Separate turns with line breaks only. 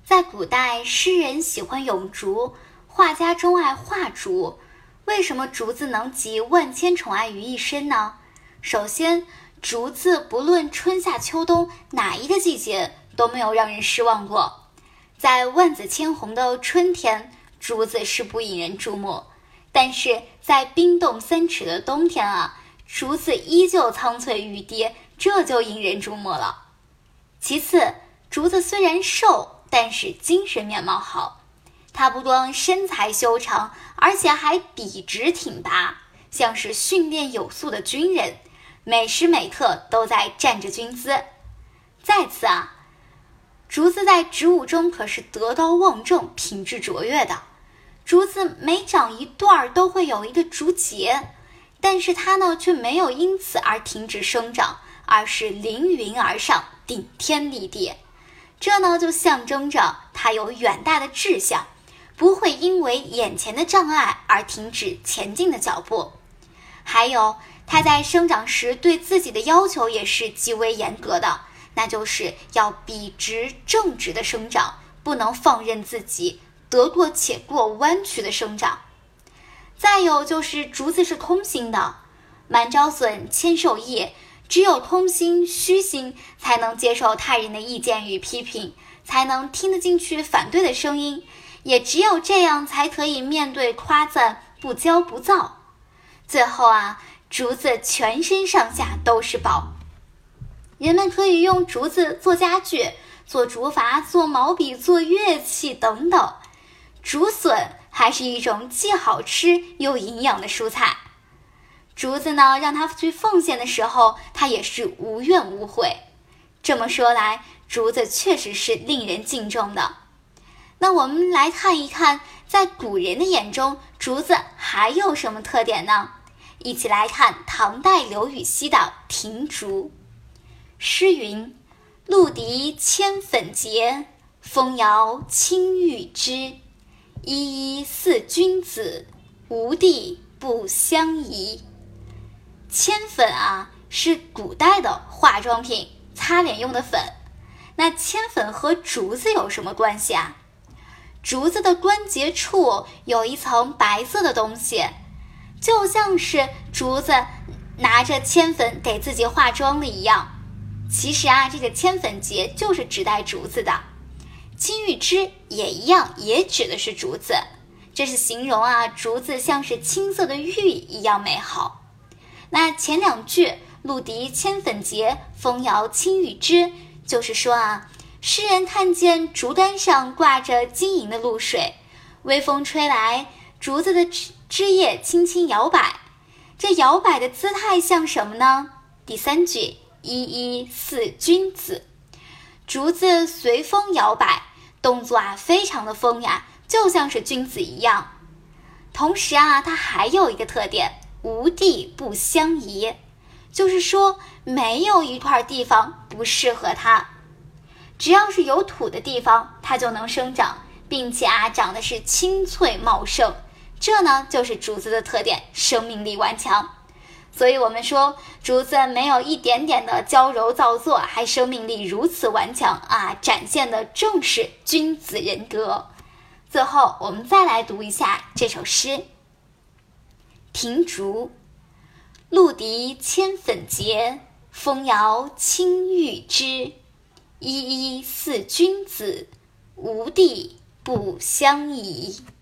在古代，诗人喜欢咏竹，画家钟爱画竹。为什么竹子能集万千宠爱于一身呢？首先，竹子不论春夏秋冬哪一个季节都没有让人失望过。在万紫千红的春天，竹子是不引人注目，但是在冰冻3尺的冬天啊，竹子依旧苍翠欲滴，这就引人注目了。其次，竹子虽然瘦，但是精神面貌好。它不光身材修长，而且还笔直挺拔，像是训练有素的军人，每时每刻都在站着军姿。再次啊，竹子在植物中可是德高望重、品质卓越的。竹子每长一段都会有一个竹节，但是它呢却没有因此而停止生长，而是凌云而上，顶天立地。这呢就象征着它有远大的志向，不会因为眼前的障碍而停止前进的脚步。还有，它在生长时对自己的要求也是极为严格的，那就是要笔直正直的生长，不能放任自己得过且过弯曲的生长。再有就是竹子是通心的，满招损，谦受益，只有通心虚心才能接受他人的意见与批评，才能听得进去反对的声音，也只有这样才可以面对夸赞不骄不躁。最后啊，竹子全身上下都是宝，人们可以用竹子做家具、做竹筏、做毛笔、做乐器等等。竹笋还是一种既好吃又营养的蔬菜。竹子呢，让它去奉献的时候，它也是无怨无悔。这么说来，竹子确实是令人敬重的。那我们来看一看，在古人的眼中，竹子还有什么特点呢？一起来看唐代刘禹锡的《庭竹》。诗云：露荻千粉结，风摇青玉枝。依依似君子，无地不相宜。铅粉啊，是古代的化妆品，擦脸用的粉。那铅粉和竹子有什么关系啊？竹子的关节处有一层白色的东西，就像是竹子拿着铅粉给自己化妆了一样。其实啊，这个铅粉节就是指代竹子的。青玉枝也一样，也指的是竹子，这是形容啊，竹子像是青色的玉一样美好。那前两句露荻千粉结，风摇青玉枝，就是说啊，诗人看见竹竿上挂着晶莹的露水，微风吹来，竹子的枝叶轻轻摇摆，这摇摆的姿态像什么呢？第三句依依似君子，竹子随风摇摆，动作啊非常的风雅，就像是君子一样。同时啊，它还有一个特点，无地不相宜，就是说没有一块地方不适合它，只要是有土的地方，它就能生长，并且啊长得是青翠茂盛。这呢就是竹子的特点，生命力顽强。所以我们说，竹子没有一点点的娇柔造作，还生命力如此顽强啊，展现的正是君子人格。最后我们再来读一下这首诗《庭竹》。露荻千粉结，风摇青玉枝。依依似君子，无地不相宜。